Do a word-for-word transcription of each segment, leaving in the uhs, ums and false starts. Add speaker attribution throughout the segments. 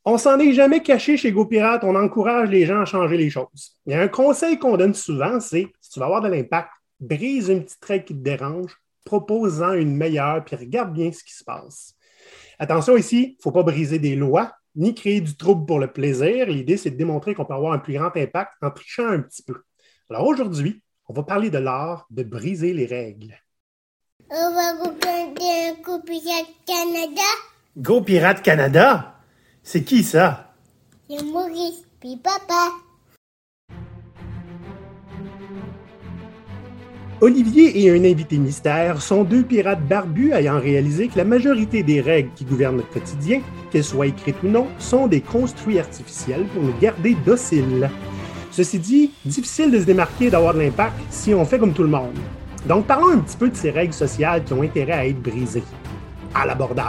Speaker 1: On s'en est jamais caché chez GoPirate, on encourage les gens à changer les choses. Il y a un conseil qu'on donne souvent, c'est si tu veux avoir de l'impact, brise une petite règle qui te dérange, propose-en une meilleure, puis regarde bien ce qui se passe. Attention ici, il ne faut pas briser des lois, ni créer du trouble pour le plaisir. L'idée, c'est de démontrer qu'on peut avoir un plus grand impact en trichant un petit peu. Alors aujourd'hui, on va parler de l'art de briser les règles.
Speaker 2: On va regarder un coup Pirate Canada.
Speaker 1: Go Pirate Canada? C'est qui ça?
Speaker 2: C'est Maurice, puis papa.
Speaker 1: Olivier et un invité mystère sont deux pirates barbus ayant réalisé que la majorité des règles qui gouvernent notre quotidien, qu'elles soient écrites ou non, sont des construits artificiels pour nous garder dociles. Ceci dit, difficile de se démarquer et d'avoir de l'impact si on fait comme tout le monde. Donc parlons un petit peu de ces règles sociales qui ont intérêt à être brisées. À l'abordage.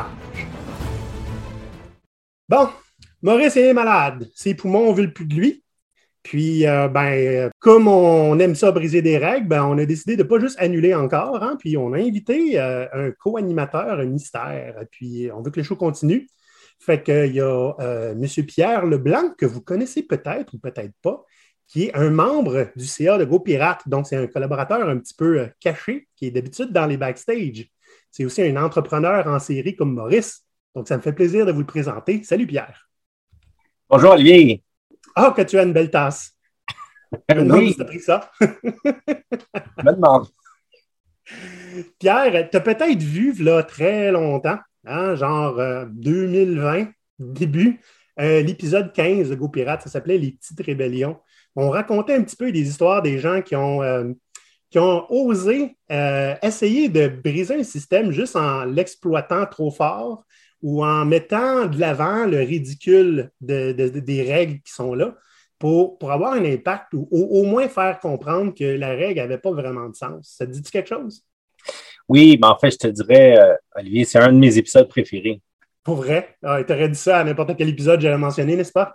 Speaker 1: Bon, Maurice est malade. Ses poumons veulent plus de lui. Puis, euh, ben, comme on aime ça briser des règles, ben, on a décidé de ne pas juste annuler encore. Hein, puis, on a invité euh, un co-animateur, un mystère. Puis, on veut que le show continue. Fait qu'il y a euh, M. Pierre Leblanc, que vous connaissez peut-être ou peut-être pas, qui est un membre du C A de GoPirate. Donc, c'est un collaborateur un petit peu euh, caché, qui est d'habitude dans les backstage. C'est aussi un entrepreneur en série comme Maurice. Donc, ça me fait plaisir de vous le présenter. Salut, Pierre.
Speaker 3: Bonjour, Olivier.
Speaker 1: Ah, que tu as une belle tasse. Je me demande
Speaker 3: Oui.
Speaker 1: si tu as pris ça.
Speaker 3: Je me demande.
Speaker 1: Pierre, tu as peut-être vu, là, très longtemps, hein, genre euh, deux mille vingt, début, euh, l'épisode quinze de GoPirate, ça s'appelait Les Petites Rébellions. On racontait un petit peu des histoires des gens qui ont, euh, qui ont osé euh, essayer de briser un système juste en l'exploitant trop fort ou en mettant de l'avant le ridicule de, de, de, des règles qui sont là pour, pour avoir un impact ou au, au moins faire comprendre que la règle n'avait pas vraiment de sens. Ça te dit quelque chose?
Speaker 3: Oui, mais en fait, je te dirais, euh, Olivier, c'est un de mes épisodes préférés.
Speaker 1: Pour vrai? Ah, tu aurais dit ça à n'importe quel épisode que j'avais mentionné, n'est-ce pas?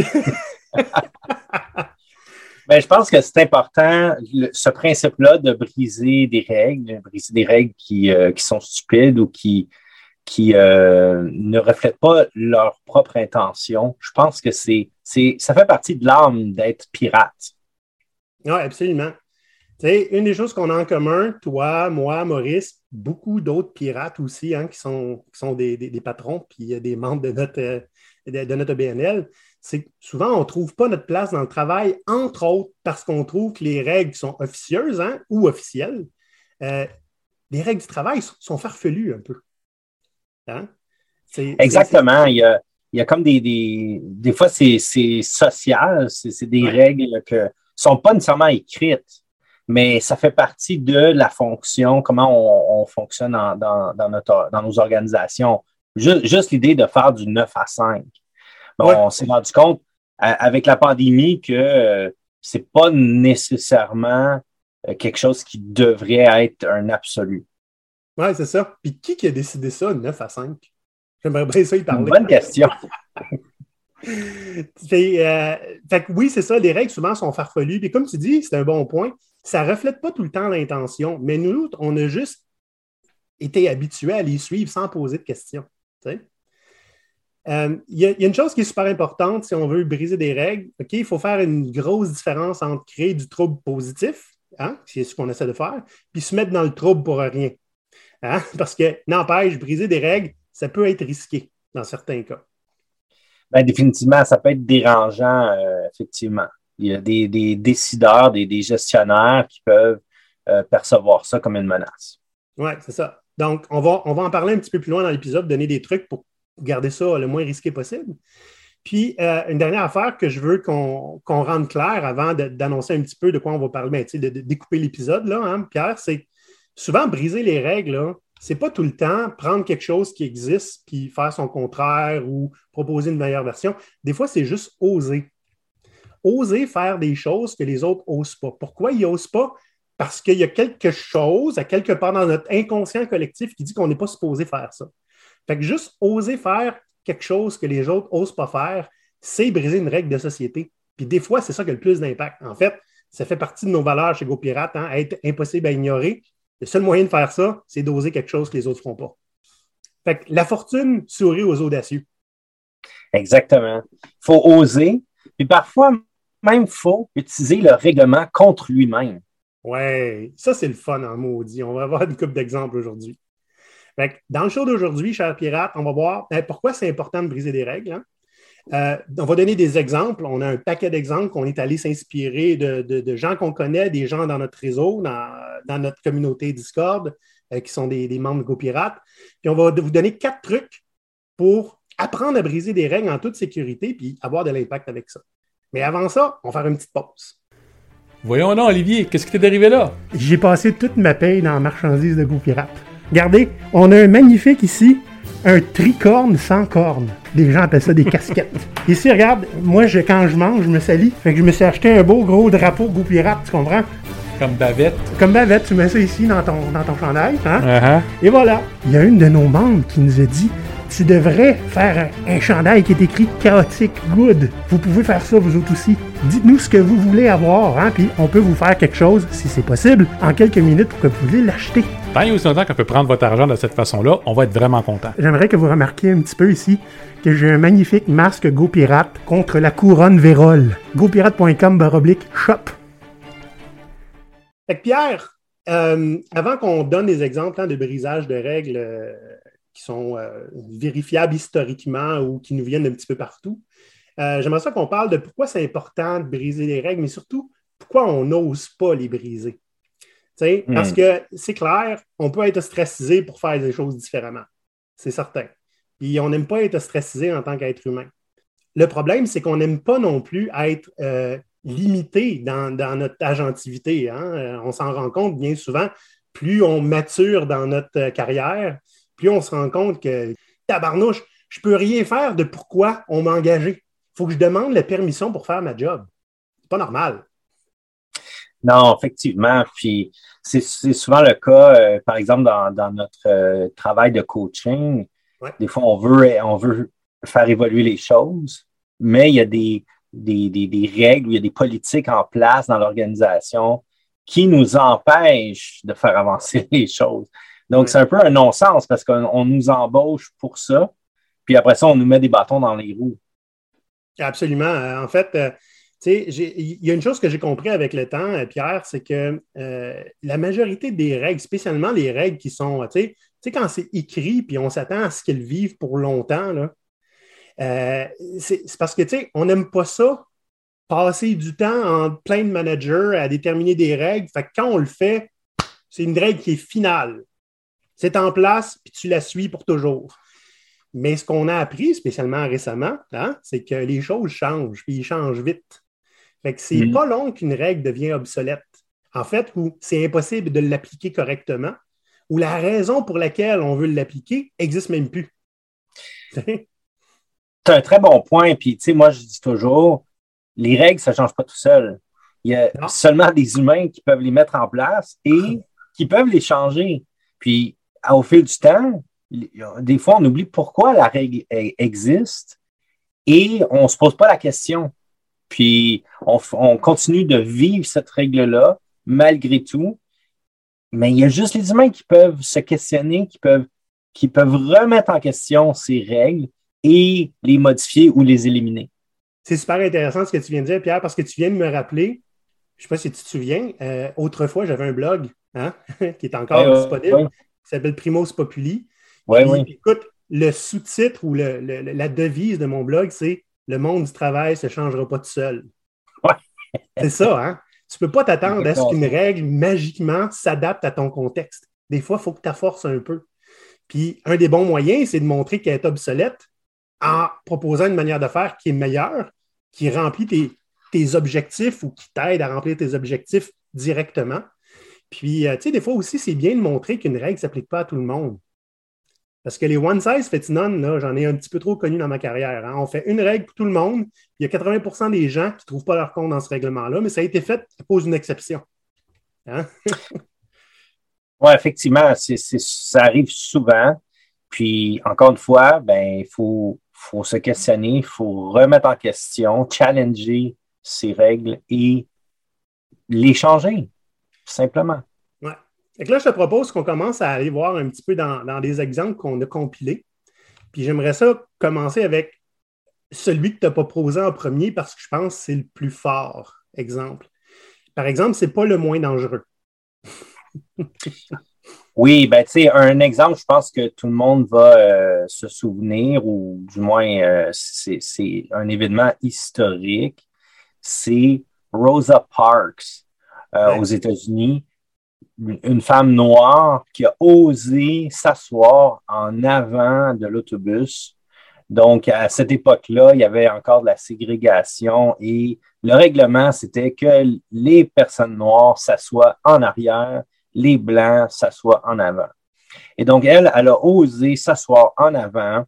Speaker 3: Ben, je pense que c'est important, le, ce principe-là de briser des règles, briser des règles qui, euh, qui sont stupides ou qui, qui euh, ne reflètent pas leur propre intention. Je pense que c'est, c'est, ça fait partie de l'âme d'être pirate.
Speaker 1: Oui, absolument. Tu sais, une des choses qu'on a en commun, toi, moi, Maurice, beaucoup d'autres pirates aussi, hein, qui sont, qui sont des, des, des patrons, puis des membres de notre, euh, de, de notre B N L, c'est que souvent, on ne trouve pas notre place dans le travail, entre autres, parce qu'on trouve que les règles qui sont officieuses, hein, ou officielles, euh, les règles du travail sont, sont farfelues un peu. Hein? C'est,
Speaker 3: Exactement.
Speaker 1: c'est...
Speaker 3: Il y a, il y a comme des, des, des fois, c'est, c'est social, c'est, c'est des
Speaker 1: ouais.
Speaker 3: règles qui ne sont pas nécessairement écrites, mais ça fait partie de la fonction, comment on, on fonctionne dans, dans, dans, notre, dans nos organisations. Juste, juste l'idée de faire du neuf à cinq. Bon,
Speaker 1: ouais.
Speaker 3: On s'est rendu compte avec la pandémie que euh, c'est pas nécessairement quelque chose qui devrait être un absolu.
Speaker 1: Oui, c'est ça. Puis qui, qui a décidé ça, neuf à cinq? J'aimerais bien ça y parler.
Speaker 3: Une bonne question.
Speaker 1: fait, euh, fait que oui, c'est ça, les règles souvent sont farfelues. Puis comme tu dis, c'est un bon point. Ça ne reflète pas tout le temps l'intention, mais nous, on a juste été habitués à les suivre sans poser de questions. Tu sais? Euh, il y a, y a une chose qui est super importante si on veut briser des règles. OK, il faut faire une grosse différence entre créer du trouble positif, hein, c'est ce qu'on essaie de faire, puis se mettre dans le trouble pour rien. Hein? Parce que, n'empêche, briser des règles, ça peut être risqué dans certains cas.
Speaker 3: Ben, définitivement, ça peut être dérangeant, euh, effectivement. Il y a des, des décideurs, des, des gestionnaires qui peuvent euh, percevoir ça comme une menace.
Speaker 1: Oui, c'est ça. Donc, on va, on va en parler un petit peu plus loin dans l'épisode, donner des trucs pour garder ça le moins risqué possible. Puis, euh, une dernière affaire que je veux qu'on, qu'on rende claire avant de, d'annoncer un petit peu de quoi on va parler, ben, de, de découper l'épisode, là, hein, Pierre, c'est souvent briser les règles, là, c'est pas tout le temps prendre quelque chose qui existe puis faire son contraire ou proposer une meilleure version. Des fois, c'est juste oser. Oser faire des choses que les autres n'osent pas. Pourquoi ils n'osent pas? Parce qu'il y a quelque chose, à quelque part dans notre inconscient collectif, qui dit qu'on n'est pas supposé faire ça. Fait que juste oser faire quelque chose que les autres n'osent pas faire, c'est briser une règle de société. Puis des fois, c'est ça qui a le plus d'impact. En fait, ça fait partie de nos valeurs chez GoPirate, hein, être impossible à ignorer. Le seul moyen de faire ça, c'est d'oser quelque chose que les autres ne feront pas. Fait que la fortune sourit aux audacieux.
Speaker 3: Exactement. Il faut oser. Puis parfois, même, il faut utiliser le règlement contre lui-même.
Speaker 1: Ouais, ça, c'est le fun en maudit. On va avoir une couple d'exemples aujourd'hui. Fait que dans le show d'aujourd'hui, chers pirates, on va voir hein, pourquoi c'est important de briser des règles. Hein? Euh, on va donner des exemples. On a un paquet d'exemples qu'on est allé s'inspirer de, de, de gens qu'on connaît, des gens dans notre réseau, dans, dans notre communauté Discord, euh, qui sont des, des membres de GoPirates. Puis on va vous donner quatre trucs pour apprendre à briser des règles en toute sécurité puis avoir de l'impact avec ça. Mais avant ça, on va faire une petite pause.
Speaker 4: Voyons donc, Olivier, qu'est-ce qui t'est arrivé là?
Speaker 1: J'ai passé toute ma paye dans la marchandise de GoPirates. Regardez, on a un magnifique ici, un tricorne sans corne. Les gens appellent ça des casquettes. Ici, regarde, moi, je, quand je mange, je me salis. Fait que je me suis acheté un beau gros drapeau GoPirates, tu comprends?
Speaker 4: Comme bavette.
Speaker 1: Comme bavette, tu mets ça ici dans ton, dans ton chandail. Hein?
Speaker 4: Uh-huh.
Speaker 1: Et voilà. Il y a une de nos membres qui nous a dit tu devrais faire un, un chandail qui est écrit chaotique good. Vous pouvez faire ça vous autres aussi. Dites-nous ce que vous voulez avoir, hein, puis on peut vous faire quelque chose, si c'est possible, en quelques minutes pour que vous voulez l'acheter.
Speaker 4: Tant et aussi longtemps qu'on peut prendre votre argent de cette façon-là, on va être vraiment content.
Speaker 1: J'aimerais que vous remarquiez un petit peu ici que j'ai un magnifique masque GoPirate contre la couronne Vérole. GoPirate.com baroblique shop. Fait que Pierre, euh, avant qu'on donne des exemples hein, de brisage de règles euh, qui sont euh, vérifiables historiquement ou qui nous viennent un petit peu partout, euh, j'aimerais ça qu'on parle de pourquoi c'est important de briser les règles, mais surtout pourquoi on n'ose pas les briser. Mm. Parce que c'est clair, on peut être ostracisé pour faire des choses différemment. C'est certain. Puis on n'aime pas être ostracisé en tant qu'être humain. Le problème, c'est qu'on n'aime pas non plus être euh, limité dans, dans notre agentivité. Hein? Euh, on s'en rend compte bien souvent, plus on mature dans notre euh, carrière, plus on se rend compte que, tabarnouche, je ne peux rien faire de pourquoi on m'a engagé. Il faut que je demande la permission pour faire ma job. C'est pas normal.
Speaker 3: Non, effectivement. Puis c'est, c'est souvent le cas, euh, par exemple, dans, dans notre euh, travail de coaching. Ouais. Des fois, on veut, on veut faire évoluer les choses, mais il y a des, des, des, des règles, il y a des politiques en place dans l'organisation qui nous empêchent de faire avancer les choses. Donc, ouais. C'est un peu un non-sens parce qu'on on nous embauche pour ça, puis après ça, on nous met des bâtons dans les roues.
Speaker 1: Absolument. En fait, euh, tu sais, il y a une chose que j'ai compris avec le temps, Pierre, c'est que euh, la majorité des règles, spécialement les règles qui sont, tu sais, tu sais, quand c'est écrit puis on s'attend à ce qu'elles vivent pour longtemps, là, euh, c'est, c'est parce que, tu sais, on n'aime pas ça, passer du temps en plein de managers à déterminer des règles. Fait que quand on le fait, c'est une règle qui est finale. C'est en place puis tu la suis pour toujours. Mais ce qu'on a appris, spécialement récemment, hein, c'est que les choses changent puis ils changent vite. Fait que c'est mmh. pas long qu'une règle devient obsolète. En fait, où c'est impossible de l'appliquer correctement, ou la raison pour laquelle on veut l'appliquer n'existe même plus.
Speaker 3: C'est un très bon point. Puis, tu sais, moi, je dis toujours, les règles, ça ne change pas tout seul. Il y a non. seulement des humains qui peuvent les mettre en place et qui peuvent les changer. Puis, au fil du temps, des fois, on oublie pourquoi la règle existe et on ne se pose pas la question. Puis, on, on continue de vivre cette règle-là malgré tout. Mais il y a juste les humains qui peuvent se questionner, qui peuvent, qui peuvent remettre en question ces règles et les modifier ou les éliminer.
Speaker 1: C'est super intéressant ce que tu viens de dire, Pierre, parce que tu viens de me rappeler, je ne sais pas si tu te souviens, euh, autrefois, j'avais un blog hein, qui est encore ouais, disponible, ouais. qui s'appelle Primos Populi.
Speaker 3: Ouais,
Speaker 1: puis,
Speaker 3: ouais.
Speaker 1: Écoute, le sous-titre ou le, le, la devise de mon blog, c'est « Le monde du travail ne se changera pas tout seul
Speaker 3: ouais. ».
Speaker 1: C'est ça, hein? Tu ne peux pas t'attendre à ce qu'une règle, magiquement, s'adapte à ton contexte. Des fois, il faut que tu forces un peu. Puis, un des bons moyens, c'est de montrer qu'elle est obsolète en proposant une manière de faire qui est meilleure, qui remplit tes, tes objectifs ou qui t'aide à remplir tes objectifs directement. Puis, euh, tu sais, des fois aussi, c'est bien de montrer qu'une règle ne s'applique pas à tout le monde. Parce que les one size fit none, là, j'en ai un petit peu trop connu dans ma carrière. Hein. On fait une règle pour tout le monde. Il y a quatre-vingts pour cent des gens qui ne trouvent pas leur compte dans ce règlement-là, mais ça a été fait à cause d'une exception. Hein?
Speaker 3: Oui, effectivement, c'est, c'est, ça arrive souvent. Puis, encore une fois, ben, il faut, faut se questionner, il faut remettre en question, challenger ces règles et les changer, simplement.
Speaker 1: Ouais. Fait que là, je te propose qu'on commence à aller voir un petit peu dans, dans des exemples qu'on a compilés. Puis j'aimerais ça commencer avec celui que tu n'as pas posé en premier parce que je pense que c'est le plus fort, exemple. Par exemple, ce n'est pas le moins dangereux.
Speaker 3: Oui, ben tu sais, un exemple, je pense que tout le monde va euh, se souvenir, ou du moins euh, c'est, c'est un événement historique, c'est Rosa Parks euh,
Speaker 1: Ouais.
Speaker 3: aux États-Unis, une femme noire qui a osé s'asseoir en avant de l'autobus. Donc, à cette époque-là, il y avait encore de la ségrégation et le règlement, c'était que les personnes noires s'assoient en arrière, les blancs s'assoient en avant. Et donc, elle, elle a osé s'asseoir en avant.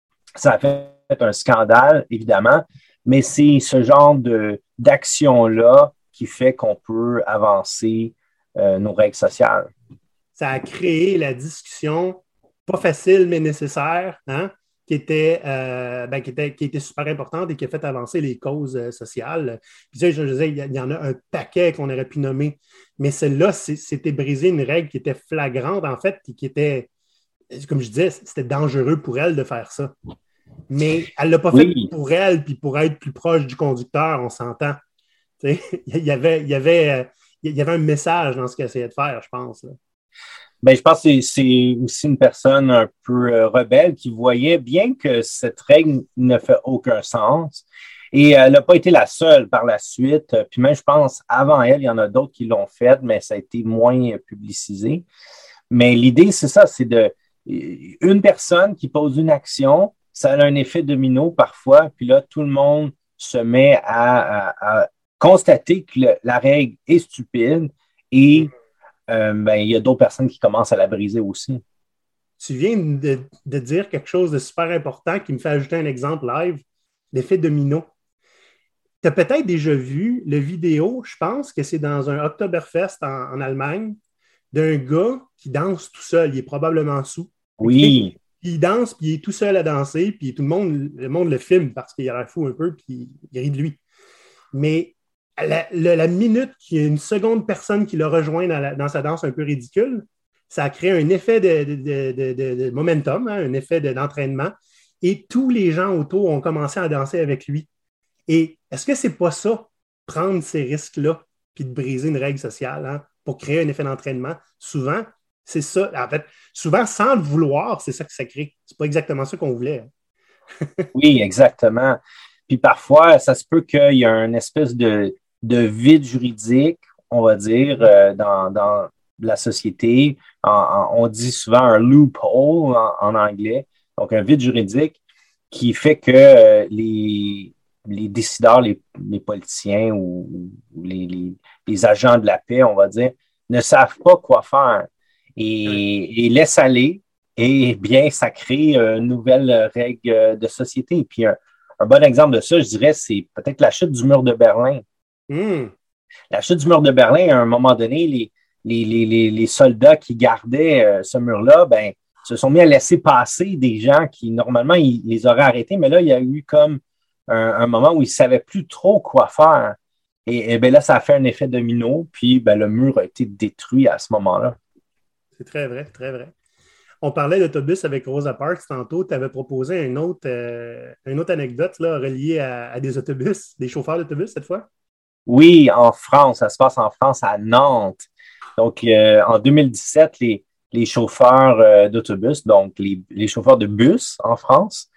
Speaker 3: Ça a fait un scandale, évidemment, mais c'est ce genre de, d'action-là qui fait qu'on peut avancer euh, nos règles sociales.
Speaker 1: Ça a créé la discussion, pas facile, mais nécessaire, hein, qui était, euh, ben, qui était, qui était super importante et qui a fait avancer les causes euh, sociales. Puis ça, je disais, il y, y en a un paquet qu'on aurait pu nommer, mais celle-là, c'est, c'était briser une règle qui était flagrante, en fait, et qui était, comme je disais, c'était dangereux pour elle de faire ça. Mais elle ne l'a pas
Speaker 3: Oui.
Speaker 1: fait pour elle, puis pour être plus proche du conducteur, on s'entend. Tu sais, il y avait, il y avait, euh, il y avait un message dans ce qu'elle essayait de faire, je pense, là.
Speaker 3: Ben, je pense que c'est, c'est aussi une personne un peu euh, rebelle qui voyait bien que cette règle ne fait aucun sens. Et elle n'a pas été la seule par la suite. Puis même, je pense, avant elle, il y en a d'autres qui l'ont fait, mais ça a été moins publicisé. Mais l'idée, c'est ça, c'est de une personne qui pose une action, ça a un effet domino parfois, puis là, tout le monde se met à, à, à constater que le, la règle est stupide et Euh, ben, il y a d'autres personnes qui commencent à la briser aussi.
Speaker 1: Tu viens de, de dire quelque chose de super important qui me fait ajouter un exemple live, l'effet domino. Tu as peut-être déjà vu le vidéo, je pense que c'est dans un Oktoberfest en, en Allemagne, d'un gars qui danse tout seul. Il est probablement sous.
Speaker 3: Oui.
Speaker 1: Okay? Il danse, puis il est tout seul à danser, puis tout le monde, le monde le filme parce qu'il a l'air fou un peu, puis il rit de lui. Mais La, la, la minute qu'il y a une seconde personne qui le rejoint dans, la, dans sa danse un peu ridicule, ça a créé un effet de, de, de, de, de momentum, hein, un effet de, d'entraînement, et tous les gens autour ont commencé à danser avec lui. Et est-ce que c'est pas ça, prendre ces risques-là, puis de briser une règle sociale, hein, pour créer un effet d'entraînement? Souvent, c'est ça. En fait, souvent, sans le vouloir, c'est ça que ça crée. C'est pas exactement ça qu'on voulait. Hein.
Speaker 3: Oui, exactement. Puis parfois, ça se peut qu'il y a une espèce de de vide juridique, on va dire, euh, dans, dans la société. En, en, on dit souvent un loophole en, en anglais, donc un vide juridique qui fait que euh, les, les décideurs, les, les politiciens ou, ou les, les, les agents de la paix, on va dire, ne savent pas quoi faire et, et laissent aller. Et bien, ça crée une nouvelle règle de société. Et puis, un, un bon exemple de ça, je dirais, c'est peut-être la chute du mur de Berlin.
Speaker 1: Mm.
Speaker 3: La chute du mur de Berlin, à un moment donné, les, les, les, les soldats qui gardaient euh, ce mur-là, ben, se sont mis à laisser passer des gens qui, normalement, ils les auraient arrêtés, mais là, il y a eu comme un, un moment où ils ne savaient plus trop quoi faire. Et, et ben là, ça a fait un effet domino, puis ben, le mur a été détruit à ce moment-là.
Speaker 1: C'est très vrai, très vrai. On parlait d'autobus avec Rosa Parks tantôt. Tu avais proposé une autre, euh, une autre anecdote là, reliée à, à des autobus, des chauffeurs d'autobus cette fois.
Speaker 3: Oui, en France, ça se passe en France, à Nantes. Donc, euh, en deux mille dix-sept, les, les chauffeurs euh, d'autobus, donc les, les chauffeurs de bus en France,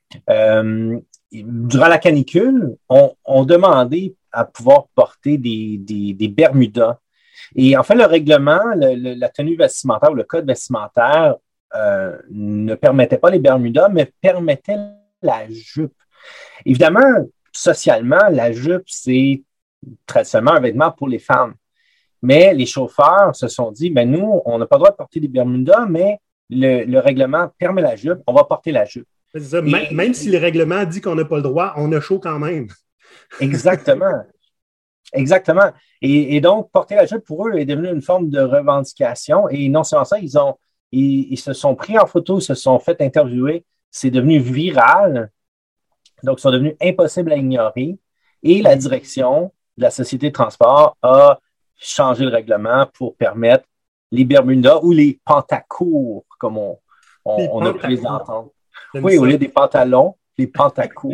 Speaker 3: euh, durant la canicule, ont, ont demandé à pouvoir porter des, des, des Bermudas. Et en fait, le règlement, le, le, la tenue vestimentaire ou le code vestimentaire euh, ne permettait pas les Bermudas, mais permettait la jupe. Évidemment, socialement, la jupe, c'est traditionnellement un vêtement pour les femmes. Mais les chauffeurs se sont dit, ben nous, on n'a pas le droit de porter des Bermudas, mais le, le règlement permet la jupe, on va porter la jupe.
Speaker 1: C'est ça. Et, même, même si le règlement dit qu'on n'a pas le droit, on a chaud quand même.
Speaker 3: Exactement. Exactement. Et, et donc, porter la jupe, pour eux, est devenu une forme de revendication. Et non seulement ça, ils, ont, ils, ils se sont pris en photo, ils se sont fait interviewer. C'est devenu viral. Donc, ils sont devenus impossibles à ignorer. Et la direction de la Société de transport a changé le règlement pour permettre les Bermudas ou les pantacours, comme on, on, on a pu les entendre. Oui, ça. Au lieu des pantalons, les pantacours.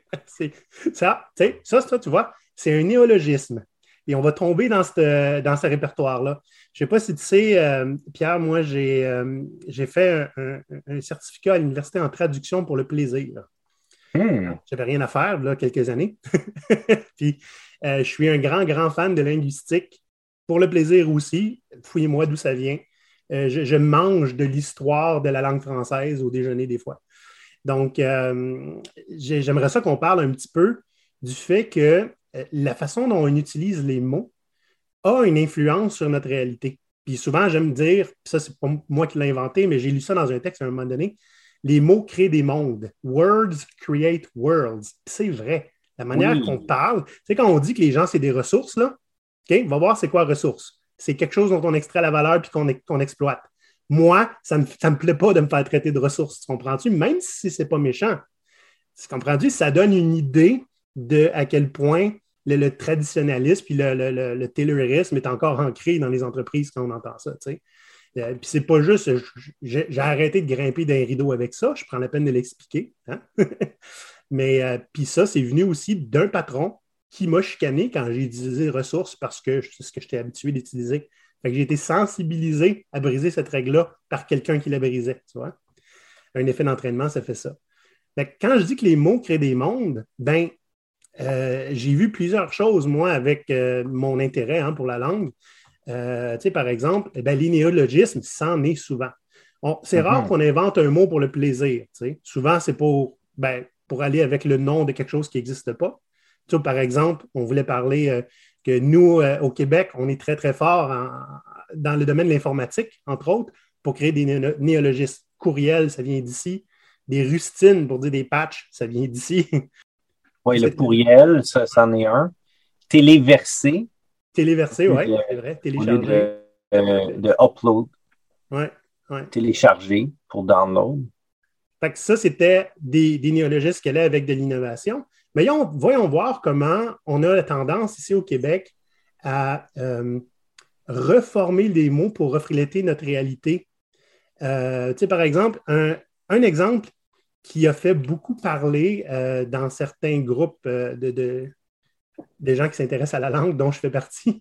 Speaker 1: c'est, ça, tu sais, ça, ça, tu vois, c'est un néologisme. Et on va tomber dans, cette, dans ce répertoire-là. Je ne sais pas si tu sais, euh, Pierre, moi, j'ai, euh, j'ai fait un, un, un certificat à l'université en traduction pour le plaisir.
Speaker 3: Hmm.
Speaker 1: Je n'avais rien à faire, là, quelques années. Puis, euh, je suis un grand, grand fan de linguistique. Pour le plaisir aussi. Fouillez-moi d'où ça vient. Euh, je, je mange de l'histoire de la langue française au déjeuner des fois. Donc, euh, j'aimerais ça qu'on parle un petit peu du fait que euh, la façon dont on utilise les mots a une influence sur notre réalité. Puis souvent, j'aime dire, puis ça, c'est pas moi qui l'ai inventé, mais j'ai lu ça dans un texte à un moment donné, les mots créent des mondes. Words create worlds. C'est vrai. La manière oui. qu'on parle, tu sais, quand on dit que les gens, c'est des ressources, là, OK, on va voir c'est quoi ressources. C'est quelque chose dont on extrait la valeur puis qu'on, qu'on exploite. Moi, ça ne me, me plaît pas de me faire traiter de ressources, tu comprends-tu? Même si ce n'est pas méchant. Tu comprends-tu? Ça donne une idée de à quel point le, le traditionnalisme puis le, le, le, le taylorisme est encore ancré dans les entreprises quand on entend ça. Tu sais. Euh, puis c'est pas juste, j'ai, j'ai arrêté de grimper d'un rideau avec ça, je prends la peine de l'expliquer. Hein? Mais euh, puis ça, c'est venu aussi d'un patron qui m'a chicané quand j'ai utilisé ressources parce que c'est ce que j'étais habitué d'utiliser. Fait que j'ai été sensibilisé à briser cette règle-là par quelqu'un qui la brisait, tu vois. Un effet d'entraînement, ça fait ça. Fait que quand je dis que les mots créent des mondes, ben, euh, j'ai vu plusieurs choses, moi, avec euh, mon intérêt hein, pour la langue. Euh, tu sais, par exemple, eh ben, les néologismes, c'en est souvent. On, c'est mm-hmm. rare qu'on invente un mot pour le plaisir. Tu sais. Souvent, c'est pour, ben, pour aller avec le nom de quelque chose qui n'existe pas. Tu sais, par exemple, on voulait parler euh, que nous, euh, au Québec, on est très, très fort en, dans le domaine de l'informatique, entre autres, pour créer des né- néologismes. Courriel, ça vient d'ici. Des rustines, pour dire des patchs, ça vient d'ici.
Speaker 3: Oui, le pourriel, ça, c'en est un. Téléversé.
Speaker 1: Téléversé, oui, c'est vrai. Téléchargé.
Speaker 3: De, euh, de upload.
Speaker 1: Oui, oui.
Speaker 3: Téléchargé pour download.
Speaker 1: Fait que ça, c'était des, des néologismes qu'elle a avec de l'innovation. Mais voyons, voyons voir comment on a la tendance ici au Québec à euh, reformer les mots pour refléter notre réalité. Euh, tu sais, par exemple, un, un exemple qui a fait beaucoup parler euh, dans certains groupes euh, de, de, de gens qui s'intéressent à la langue, dont je fais partie,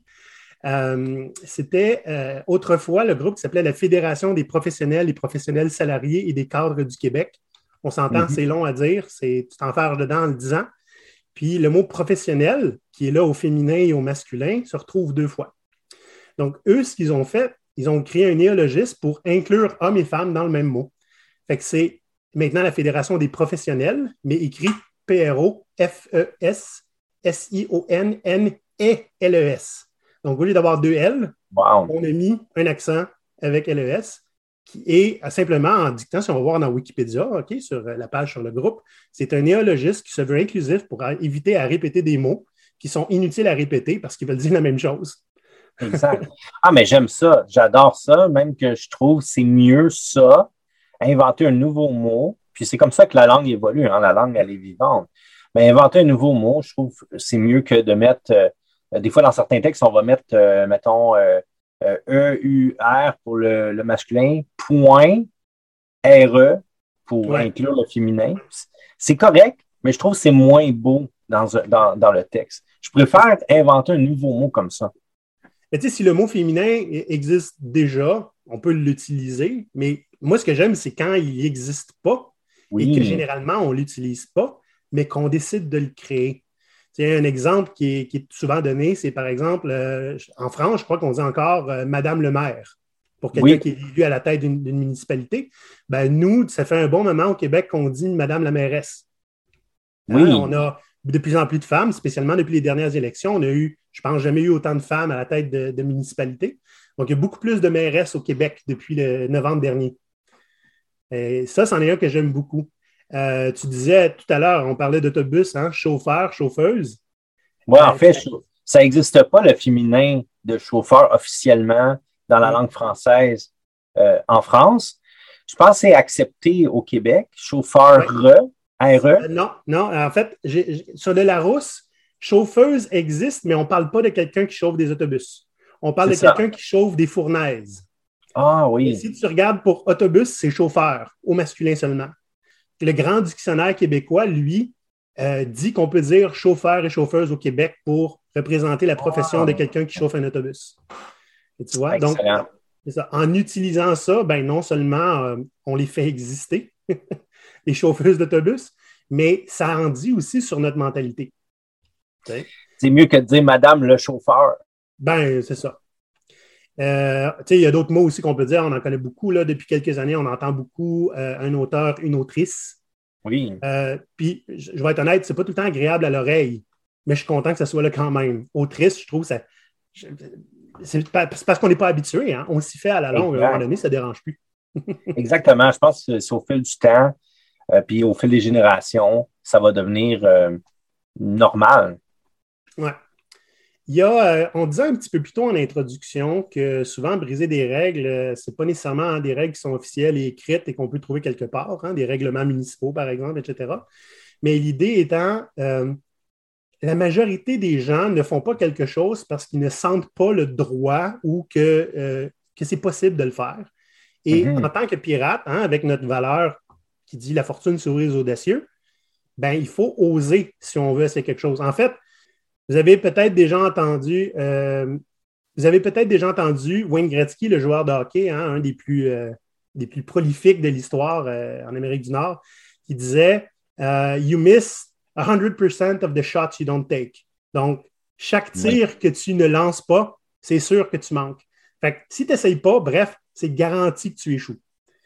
Speaker 1: euh, c'était euh, autrefois le groupe qui s'appelait la Fédération des professionnels, des professionnels salariés et des cadres du Québec. On s'entend, mm-hmm. c'est long à dire, c'est, tu t'enfermes dedans en le disant. Puis le mot professionnel, qui est là au féminin et au masculin, se retrouve deux fois. Donc, eux, ce qu'ils ont fait, ils ont créé un néologisme pour inclure hommes et femmes dans le même mot. Fait que c'est maintenant la Fédération des professionnels, mais écrit P R O F E S S I O N N E L E S. Donc, au lieu d'avoir deux L, wow. on a mis un accent avec L E S. Qui est simplement en dictant, si on va voir dans Wikipédia, okay, sur la page sur le groupe, c'est un néologisme qui se veut inclusif pour éviter à répéter des mots qui sont inutiles à répéter parce qu'ils veulent dire la même chose.
Speaker 3: Exact. Ah, mais j'aime ça. J'adore ça. Même que je trouve que c'est mieux ça, inventer un nouveau mot. Puis c'est comme ça que la langue évolue. Hein? La langue, elle est vivante. Mais inventer un nouveau mot, je trouve que c'est mieux que de mettre, euh, des fois dans certains textes, on va mettre, euh, mettons, euh, Euh, E U R pour le, le masculin, point R E pour ouais. inclure le féminin. C'est correct, mais je trouve que c'est moins beau dans, dans, dans le texte. Je préfère inventer un nouveau mot comme ça.
Speaker 1: Mais tu sais, si le mot féminin existe déjà, on peut l'utiliser, mais moi, ce que j'aime, c'est quand il n'existe pas oui. et que généralement, on ne l'utilise pas, mais qu'on décide de le créer. Un exemple qui est, qui est souvent donné, c'est par exemple, euh, en France, je crois qu'on dit encore euh, Madame le maire pour quelqu'un oui. qui est élu à la tête d'une, d'une municipalité. Ben, nous, ça fait un bon moment au Québec qu'on dit Madame la mairesse. Oui. Hein, on a de plus en plus de femmes, spécialement depuis les dernières élections. On a eu, je pense, jamais eu autant de femmes à la tête de, de municipalités. Donc, il y a beaucoup plus de mairesses au Québec depuis le novembre dernier. Et ça, c'en est un que j'aime beaucoup. Euh, tu disais tout à l'heure, on parlait d'autobus, hein, chauffeur, chauffeuse.
Speaker 3: Oui, en fait, ça n'existe pas le féminin de chauffeur officiellement dans la langue française euh, en France. Je pense que c'est accepté au Québec, chauffeur oui. R E.
Speaker 1: Euh, non, non, en fait, j'ai, j'ai, sur le Larousse, chauffeuse existe, mais on ne parle pas de quelqu'un qui chauffe des autobus. On parle c'est de ça. quelqu'un qui chauffe des fournaises.
Speaker 3: Ah oui.
Speaker 1: Et si tu regardes pour autobus, c'est chauffeur, au masculin seulement. Le grand dictionnaire québécois, lui, euh, dit qu'on peut dire chauffeur et chauffeuse au Québec pour représenter la profession de quelqu'un qui chauffe un autobus. Et tu vois, donc, c'est ça. En utilisant ça, ben non seulement euh, on les fait exister, les chauffeuses d'autobus, mais ça en dit aussi sur notre mentalité.
Speaker 3: T'sais? C'est mieux que de dire Madame le chauffeur.
Speaker 1: Ben, c'est ça. Euh, il y a d'autres mots aussi qu'on peut dire, on en connaît beaucoup. Là, depuis quelques années, on entend beaucoup euh, un auteur, une autrice.
Speaker 3: Oui.
Speaker 1: Euh, puis, je, je vais être honnête, c'est pas tout le temps agréable à l'oreille, mais je suis content que ça soit là quand même. Autrice, je trouve ça. Je, c'est, pas, c'est parce qu'on n'est pas habitué, hein? On s'y fait à la longue. Exact. À un moment donné, ça ne dérange plus.
Speaker 3: Exactement. Je pense que c'est au fil du temps, euh, puis au fil des générations, ça va devenir euh, normal.
Speaker 1: Oui. Il y a, euh, on disait un petit peu plus tôt en introduction que souvent, briser des règles, euh, ce n'est pas nécessairement hein, des règles qui sont officielles et écrites et qu'on peut trouver quelque part, hein, des règlements municipaux, par exemple, et cetera. Mais l'idée étant, euh, la majorité des gens ne font pas quelque chose parce qu'ils ne sentent pas le droit ou que, euh, que c'est possible de le faire. Et mm-hmm. en tant que pirate, hein, avec notre valeur qui dit la fortune sourit aux audacieux, ben, il faut oser si on veut essayer quelque chose. En fait, Vous avez peut-être déjà entendu, euh, vous avez peut-être déjà entendu Wayne Gretzky, le joueur de hockey, hein, un des plus, euh, des plus prolifiques de l'histoire euh, en Amérique du Nord, qui disait uh, You miss one hundred percent of the shots you don't take. Donc, chaque tir oui. que tu ne lances pas, c'est sûr que tu manques. Fait que si tu n'essayes pas, bref, c'est garanti que tu échoues.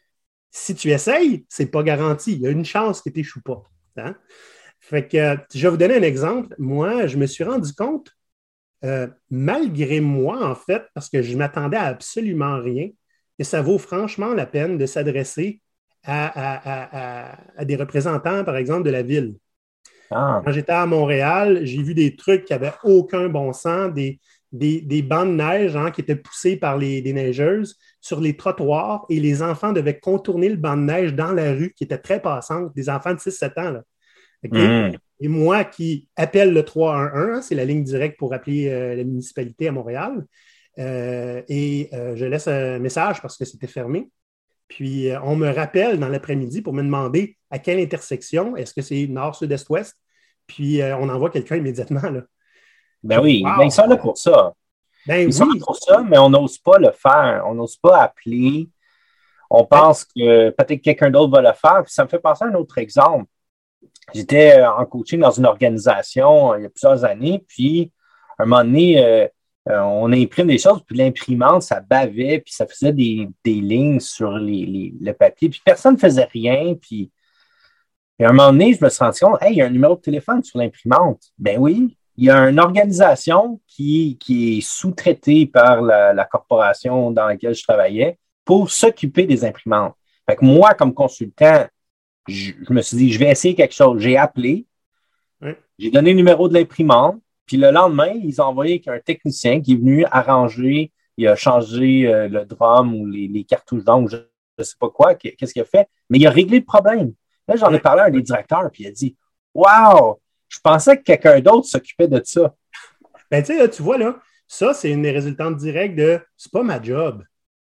Speaker 1: Si tu essayes, ce n'est pas garanti. Il y a une chance que tu n'échoues pas. Hein? Fait que, euh, je vais vous donner un exemple. Moi, je me suis rendu compte, euh, malgré moi, en fait, parce que je ne m'attendais à absolument rien, que ça vaut franchement la peine de s'adresser à, à, à, à, à des représentants, par exemple, de la ville. Ah. Quand j'étais à Montréal, j'ai vu des trucs qui n'avaient aucun bon sens, des, des, des bancs de neige hein, qui étaient poussés par les, des neigeuses sur les trottoirs et les enfants devaient contourner le banc de neige dans la rue qui était très passante, des enfants de six sept ans, là. Okay? Mmh. Et moi qui appelle le trois un un, hein, c'est la ligne directe pour appeler euh, la municipalité à Montréal, euh, et euh, je laisse un message parce que c'était fermé. Puis euh, on me rappelle dans l'après-midi pour me demander à quelle intersection, est-ce que c'est nord, sud, est, ouest, puis euh, on envoie quelqu'un immédiatement. Là.
Speaker 3: Ben oui, wow. ben, ils sont là pour ça.
Speaker 1: Ben
Speaker 3: ils
Speaker 1: oui.
Speaker 3: sont là pour ça, mais on n'ose pas le faire. On n'ose pas appeler. On pense ben, que peut-être que quelqu'un d'autre va le faire. Puis ça me fait penser à un autre exemple. J'étais en coaching dans une organisation il y a plusieurs années, puis à un moment donné, euh, on imprime des choses, puis l'imprimante, ça bavait, puis ça faisait des, des lignes sur les, les, le papier, puis personne ne faisait rien, puis et à un moment donné, je me suis rendu compte, hey, il y a un numéro de téléphone sur l'imprimante. Ben oui, il y a une organisation qui, qui est sous-traitée par la, la corporation dans laquelle je travaillais pour s'occuper des imprimantes. Fait que moi, comme consultant, Je, je me suis dit, je vais essayer quelque chose. J'ai appelé, oui. J'ai donné le numéro de l'imprimante, puis le lendemain, ils ont envoyé un technicien qui est venu arranger, il a changé euh, le drum ou les, les cartouches d'encre, je ne sais pas quoi, qu'est-ce qu'il a fait, mais il a réglé le problème. Là, j'en ai parlé à un des directeurs, puis il a dit, « Wow, je pensais que quelqu'un d'autre s'occupait de ça. »
Speaker 1: Ben, tu sais, tu vois, là, ça, c'est une des résultantes directes de « c'est pas ma job ».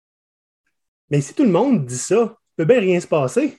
Speaker 1: Mais si tout le monde dit ça, il peut bien rien se passer.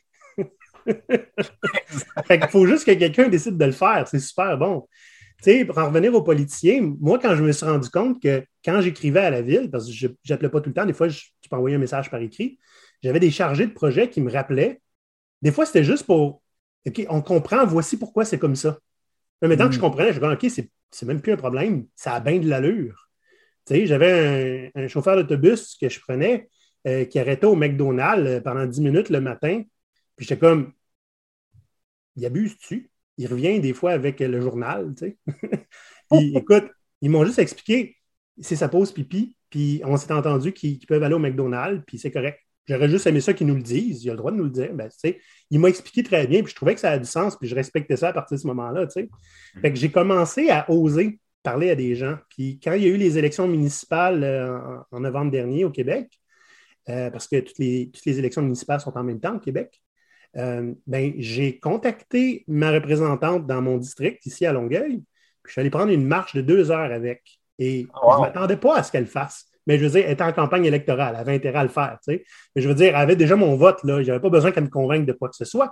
Speaker 1: Fait qu'il faut juste que quelqu'un décide de le faire. C'est super bon. Tu sais, pour en revenir aux politiciens, moi, quand je me suis rendu compte que quand j'écrivais à la ville, parce que je n'appelais pas tout le temps, des fois, je, tu peux envoyer un message par écrit, j'avais des chargés de projet qui me rappelaient. Des fois, c'était juste pour OK, on comprend, voici pourquoi c'est comme ça. Mais maintenant mm. que je comprenais, je me dis OK, c'est, c'est même plus un problème, ça a bien de l'allure. Tu sais, j'avais un, un chauffeur d'autobus que je prenais euh, qui arrêtait au McDonald's pendant dix minutes le matin. Puis j'étais comme, il abuse-tu? Il revient des fois avec le journal, tu sais. Puis écoute, ils m'ont juste expliqué, c'est sa pause pipi, puis on s'est entendu qu'ils, qu'ils peuvent aller au McDonald's, puis c'est correct. J'aurais juste aimé ça qu'ils nous le disent, il a le droit de nous le dire. Ben, tu sais, il m'a expliqué très bien, puis je trouvais que ça a du sens, puis je respectais ça à partir de ce moment-là, tu sais. Fait que j'ai commencé à oser parler à des gens. Puis quand il y a eu les élections municipales euh, en, en novembre dernier au Québec, euh, parce que toutes les, toutes les élections municipales sont en même temps au Québec, Euh, ben, j'ai contacté ma représentante dans mon district, ici à Longueuil, puis je suis allé prendre une marche de deux heures avec. Et wow. je ne m'attendais pas à ce qu'elle fasse. Mais je veux dire, elle était en campagne électorale, elle avait intérêt à le faire. Tu sais. Mais je veux dire, elle avait déjà mon vote, là. Je n'avais pas besoin qu'elle me convainque de quoi que ce soit.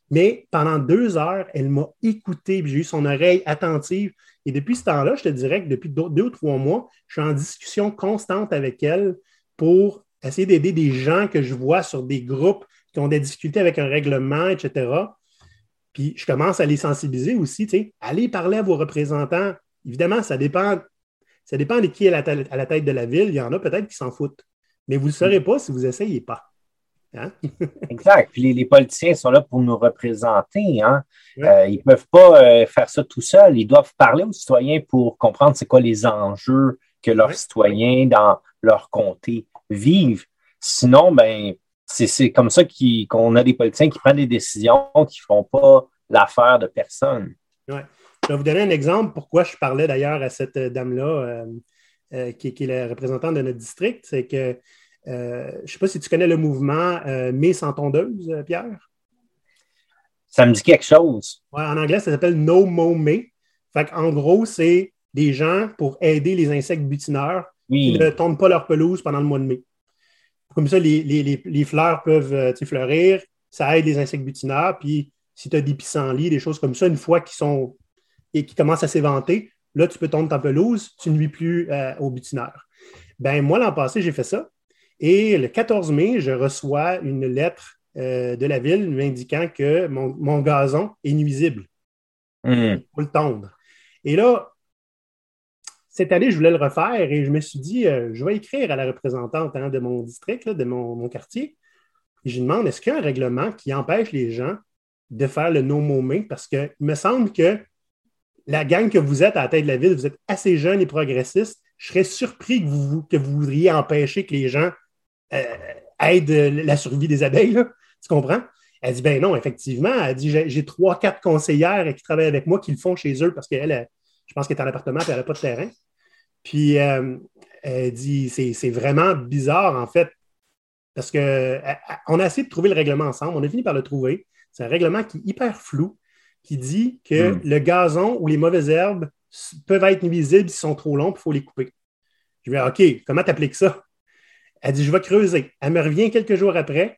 Speaker 1: Mais pendant deux heures, elle m'a écouté, puis j'ai eu son oreille attentive. Et depuis ce temps-là, je te dirais que depuis deux, deux ou trois mois, je suis en discussion constante avec elle pour essayer d'aider des gens que je vois sur des groupes qui ont des difficultés avec un règlement, et cetera. Puis je commence à les sensibiliser aussi, tu sais, allez parler à vos représentants. Évidemment, ça dépend, ça dépend de qui est à la, tête, à la tête de la ville. Il y en a peut-être qui s'en foutent. Mais vous ne le saurez pas si vous n'essayez pas. Hein?
Speaker 3: Exact. Puis les, les politiciens sont là pour nous représenter. Hein?
Speaker 1: Ouais.
Speaker 3: Euh, ils ne peuvent pas euh, faire ça tout seuls. Ils doivent parler aux citoyens pour comprendre c'est quoi les enjeux que leurs
Speaker 1: Ouais.
Speaker 3: citoyens dans leur comté vivent. Sinon, ben, c'est, c'est comme ça qu'il, qu'on a des politiciens qui prennent des décisions qui ne font pas l'affaire de personne.
Speaker 1: Ouais. Je vais vous donner un exemple pourquoi je parlais d'ailleurs à cette dame-là euh, euh, qui, qui est la représentante de notre district. C'est que euh, je ne sais pas si tu connais le mouvement euh, Mai sans tondeuse, euh, Pierre.
Speaker 3: Ça me dit quelque chose.
Speaker 1: Ouais, en anglais, ça s'appelle No Mow May. Fait en gros, c'est des gens pour aider les insectes butineurs
Speaker 3: Oui.
Speaker 1: qui ne tondent pas leur pelouse pendant le mois de mai. Comme ça, les, les, les, les fleurs peuvent euh, fleurir, ça aide les insectes butineurs. Puis si tu as des pissenlits, des choses comme ça, une fois qu'ils sont et qui commencent à s'éventer, là, tu peux tondre ta pelouse, tu ne nuis plus euh, aux butineurs. Ben moi, l'an passé, j'ai fait ça. Et le quatorze mai, je reçois une lettre euh, de la ville m'indiquant que mon, mon gazon est nuisible.
Speaker 3: Mm.
Speaker 1: Il faut le tondre. Et là, cette année, je voulais le refaire et je me suis dit, euh, je vais écrire à la représentante hein, de mon district, là, de mon, mon quartier. Et je lui demande, est-ce qu'il y a un règlement qui empêche les gens de faire le no mow May? Parce qu'il me semble que la gang que vous êtes à la tête de la ville, vous êtes assez jeune et progressiste. Je serais surpris que vous, que vous voudriez empêcher que les gens euh, aident la survie des abeilles. Là. Tu comprends? Elle dit, ben non, effectivement. Elle dit, j'ai, j'ai trois, quatre conseillères qui travaillent avec moi qui le font chez eux parce qu'elle, elle, je pense qu'elle est en appartement et elle n'a pas de terrain. Puis, euh, elle dit, c'est, c'est vraiment bizarre, en fait, parce qu'on a essayé de trouver le règlement ensemble. On a fini par le trouver. C'est un règlement qui est hyper flou, qui dit que mm. le gazon ou les mauvaises herbes peuvent être nuisibles s'ils sont trop longs, il faut les couper. Je lui dis, OK, comment t'appliques ça? Elle dit, je vais creuser. Elle me revient quelques jours après.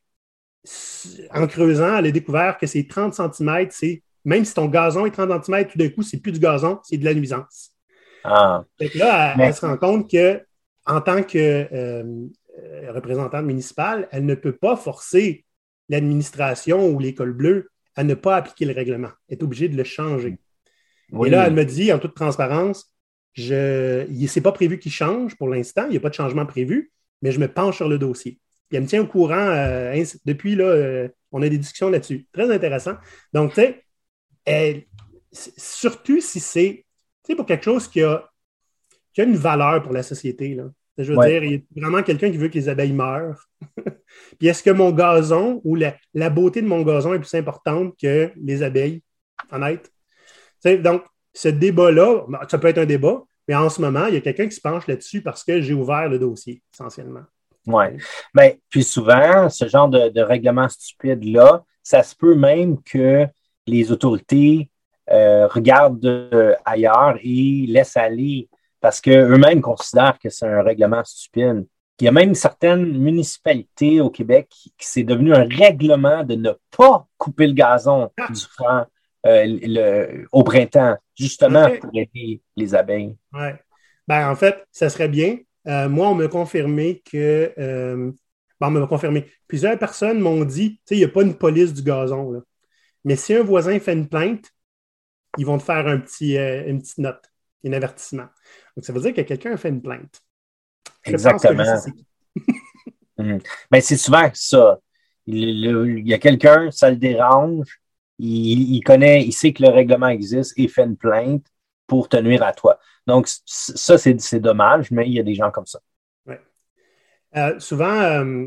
Speaker 1: En creusant, elle a découvert que c'est trente centimètres. C'est, même si ton gazon est trente centimètres, tout d'un coup, c'est plus du gazon, c'est de la nuisance.
Speaker 3: Ah.
Speaker 1: Fait que là, elle,
Speaker 3: Mais...
Speaker 1: elle se rend compte qu'en tant que euh, représentante municipale, elle ne peut pas forcer l'administration ou l'école bleue à ne pas appliquer le règlement. Elle est obligée de le changer. Oui. Et là, elle me dit, en toute transparence, je, il n'est pas prévu qu'il change pour l'instant, il n'y a pas de changement prévu, mais je me penche sur le dossier. Puis elle me tient au courant, euh, depuis, là, euh, on a des discussions là-dessus. Très intéressant. Donc, tu sais, elle, surtout si c'est pour quelque chose qui a, qui a une valeur pour la société, là. Je veux ouais. dire, il y a vraiment quelqu'un qui veut que les abeilles meurent. Puis est-ce que mon gazon ou la, la beauté de mon gazon est plus importante que les abeilles? Honnête. T'sais, donc, ce débat-là, ça peut être un débat, mais en ce moment, il y a quelqu'un qui se penche là-dessus parce que j'ai ouvert le dossier, essentiellement.
Speaker 3: Oui. Bien, puis souvent, ce genre de, de règlement stupide-là, ça se peut même que les autorités euh, regardent euh, ailleurs et laissent aller parce qu'eux-mêmes considèrent que c'est un règlement stupide. Il y a même certaines municipalités au Québec qui, qui c'est devenu un règlement de ne pas couper le gazon ah. durant euh, le, au printemps, justement okay. pour aider les abeilles.
Speaker 1: Oui. Ben, en fait, ça serait bien. Euh, moi, on m'a confirmé que... Euh, bon, on m'a confirmé. Plusieurs personnes m'ont dit, tu sais, il n'y a pas une police du gazon, là. Mais si un voisin fait une plainte, ils vont te faire un petit, euh, une petite note, un avertissement. Donc, ça veut dire que quelqu'un a fait une plainte. Je
Speaker 3: Exactement. Pense que c'est... mmh. Ben, c'est souvent ça. Il, le, il y a quelqu'un, ça le dérange, il, il connaît, il sait que le règlement existe et fait une plainte pour te nuire à toi. Donc, ça, c'est, c'est dommage, mais il y a des gens comme ça.
Speaker 1: Oui. Euh, souvent, euh,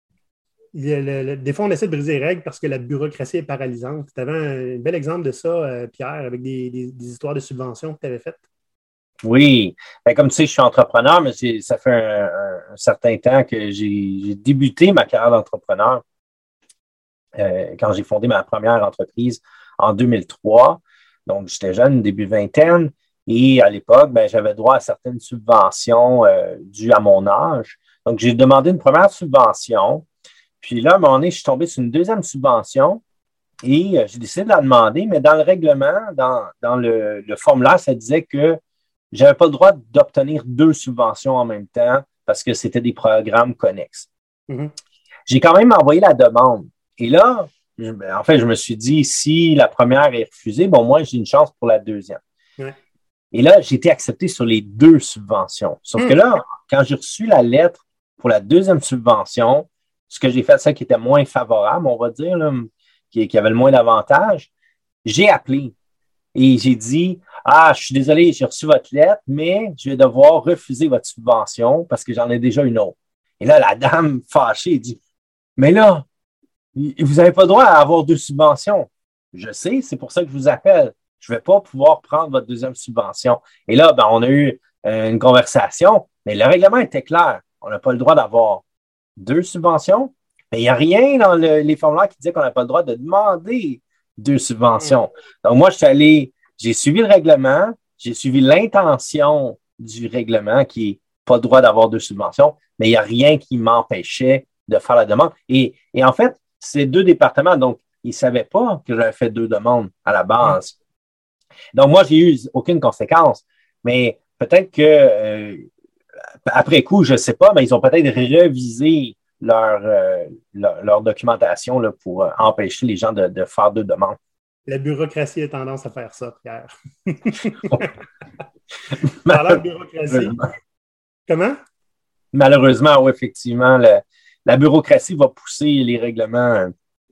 Speaker 1: il y a le, le, des fois, on essaie de briser les règles parce que la bureaucratie est paralysante. Tu avais un, un bel exemple de ça, euh, Pierre, avec des, des, des histoires de subventions que tu avais faites.
Speaker 3: Oui. Ben, comme tu sais, je suis entrepreneur, mais c'est, ça fait un, un, un certain temps que j'ai, j'ai débuté ma carrière d'entrepreneur euh, quand j'ai fondé ma première entreprise en deux mille trois. Donc, j'étais jeune, début vingtaine. Et à l'époque, ben, j'avais droit à certaines subventions euh, dues à mon âge. Donc, j'ai demandé une première subvention. Puis là, à un moment donné, je suis tombé sur une deuxième subvention. Et euh, j'ai décidé de la demander, mais dans le règlement, dans, dans le, le formulaire, ça disait que je n'avais pas le droit d'obtenir deux subventions en même temps parce que c'était des programmes connexes. Mm-hmm. J'ai quand même envoyé la demande. Et là, je, en fait, je me suis dit, si la première est refusée, bon, moi, j'ai une chance pour la deuxième. Ouais. Et là, j'ai été accepté sur les deux subventions. Sauf mm. que là, quand j'ai reçu la lettre pour la deuxième subvention, ce que j'ai fait, ça qui était moins favorable, on va dire, là, qui, qui avait le moins d'avantages, j'ai appelé et j'ai dit, ah, je suis désolé, j'ai reçu votre lettre, mais je vais devoir refuser votre subvention parce que j'en ai déjà une autre. Et là, la dame fâchée dit, mais là, vous n'avez pas le droit à avoir deux subventions. Je sais, c'est pour ça que je vous appelle. Je ne vais pas pouvoir prendre votre deuxième subvention. Et là, ben, on a eu euh, une conversation, mais le règlement était clair. On n'a pas le droit d'avoir deux subventions, mais il n'y a rien dans le, les formulaires qui disait qu'on n'a pas le droit de demander deux subventions. Donc, moi, je suis allé, j'ai suivi le règlement, j'ai suivi l'intention du règlement qui n'est pas le droit d'avoir deux subventions, mais il n'y a rien qui m'empêchait de faire la demande. Et, et en fait, c'est deux départements, donc ils ne savaient pas que j'avais fait deux demandes à la base. Donc, moi, j'ai eu aucune conséquence, mais peut-être que euh, après coup, je ne sais pas, mais ils ont peut-être révisé leur, euh, leur, leur documentation là, pour euh, empêcher les gens de, de faire deux demandes.
Speaker 1: La bureaucratie a tendance à faire ça, Pierre. Parlant de bureaucratie. Comment?
Speaker 3: Malheureusement, oui, effectivement, le, la bureaucratie va pousser les règlements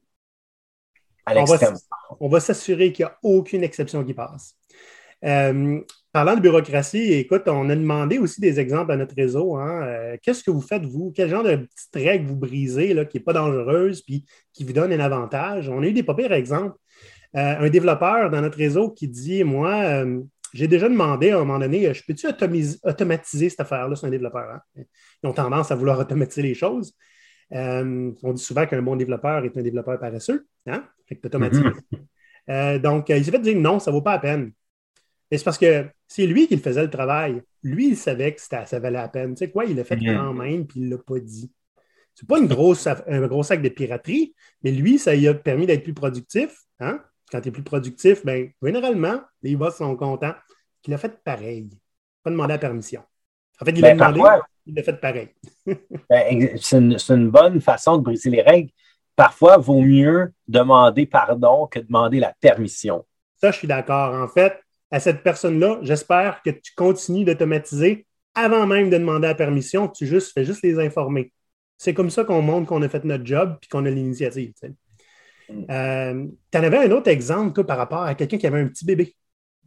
Speaker 3: à l'extrême.
Speaker 1: On va s'assurer qu'il n'y a aucune exception qui passe. Euh, parlant de bureaucratie, écoute, on a demandé aussi des exemples à notre réseau. Hein. Euh, qu'est-ce que vous faites, vous? Quel genre de petite règle vous brisez là, qui n'est pas dangereuse puis qui vous donne un avantage? On a eu des pas pires exemples. Euh, un développeur dans notre réseau qui dit, moi, euh, j'ai déjà demandé à un moment donné, je peux-tu automis- automatiser cette affaire-là? C'est un développeur. Hein? Ils ont tendance à vouloir automatiser les choses. Euh, on dit souvent qu'un bon développeur est un développeur paresseux. Hein? Fait que tu automatises. Mm-hmm. Euh, donc, euh, il s'est fait dire non, ça ne vaut pas la peine. Et c'est parce que c'est lui qui le faisait le travail. Lui, il savait que ça valait la peine. Tu sais quoi, il l'a fait mm-hmm. quand même, puis il ne l'a pas dit. C'est pas une grosse, un gros sac de piraterie, mais lui, ça lui a permis d'être plus productif. Hein? Quand tu es plus productif, bien, généralement, les boss sont contents. Il a fait pareil. Pas demandé la permission. En fait, il
Speaker 3: ben,
Speaker 1: l'a demandé,
Speaker 3: parfois,
Speaker 1: il a fait pareil.
Speaker 3: ben, c'est, une, c'est une bonne façon de briser les règles. Parfois, il vaut mieux demander pardon que demander la permission.
Speaker 1: Ça, je suis d'accord. En fait, à cette personne-là, j'espère que tu continues d'automatiser avant même de demander la permission. Tu juste, fais juste les informer. C'est comme ça qu'on montre qu'on a fait notre job et qu'on a l'initiative. Tu sais. Mm. Euh, tu en avais un autre exemple, toi, par rapport à quelqu'un qui avait un petit bébé.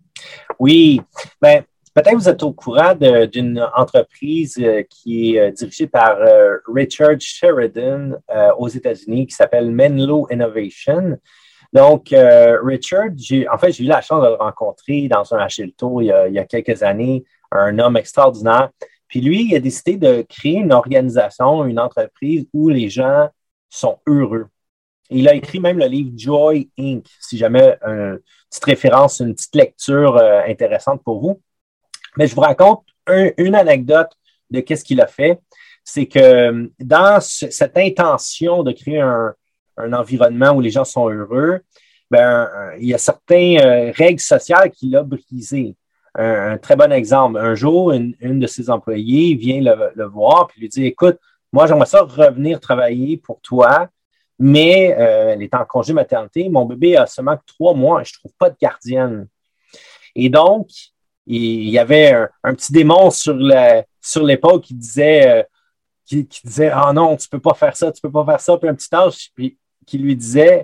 Speaker 3: Oui. Ben, peut-être que vous êtes au courant de, d'une entreprise euh, qui est euh, dirigée par euh, Richard Sheridan euh, aux États-Unis qui s'appelle Menlo Innovation. Donc, euh, Richard, j'ai, en fait, j'ai eu la chance de le rencontrer dans un H L Tour il y a, il y a quelques années, un homme extraordinaire. Puis lui, il a décidé de créer une organisation, une entreprise où les gens sont heureux. Et il a écrit même le livre Joy incorporé, si jamais une petite référence, une petite lecture euh, intéressante pour vous. Mais je vous raconte un, une anecdote de qu'est-ce qu'il a fait. C'est que dans ce, cette intention de créer un, un environnement où les gens sont heureux, ben, il y a certaines euh, règles sociales qu'il a brisées. Un, un très bon exemple. Un jour, une, une de ses employés vient le, le voir et lui dit, écoute, moi, j'aimerais ça revenir travailler pour toi, mais euh, elle est en congé maternité. Mon bébé a seulement que trois mois et je ne trouve pas de gardienne. Et donc, il y avait un, un petit démon sur, la, sur l'épaule qui disait, euh, qui, qui disait, ah oh non, tu ne peux pas faire ça, tu ne peux pas faire ça. Puis un petit ange puis, qui lui disait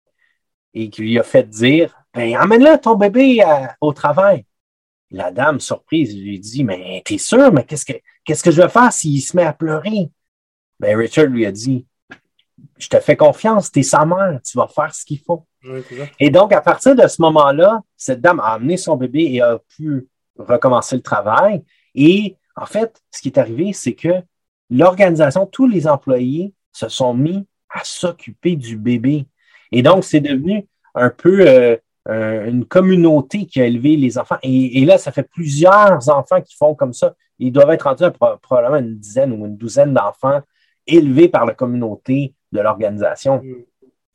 Speaker 3: et qui lui a fait dire, ben, emmène-le ton bébé à, au travail. La dame, surprise, lui dit, mais t'es sûr, mais qu'est-ce que, qu'est-ce que je vais faire s'il se met à pleurer? Ben, Richard lui a dit, je te fais confiance, t'es sa mère, tu vas faire ce qu'il faut.
Speaker 1: Oui,
Speaker 3: et donc, à partir de ce moment-là, cette dame a amené son bébé et a pu recommencer le travail. Et en fait, ce qui est arrivé, c'est que l'organisation, tous les employés se sont mis à s'occuper du bébé. Et donc, c'est devenu un peu euh, euh, une communauté qui a élevé les enfants. Et, et là, ça fait plusieurs enfants qui font comme ça. Ils doivent être rendus à probablement une dizaine ou une douzaine d'enfants élevés par la communauté de l'organisation.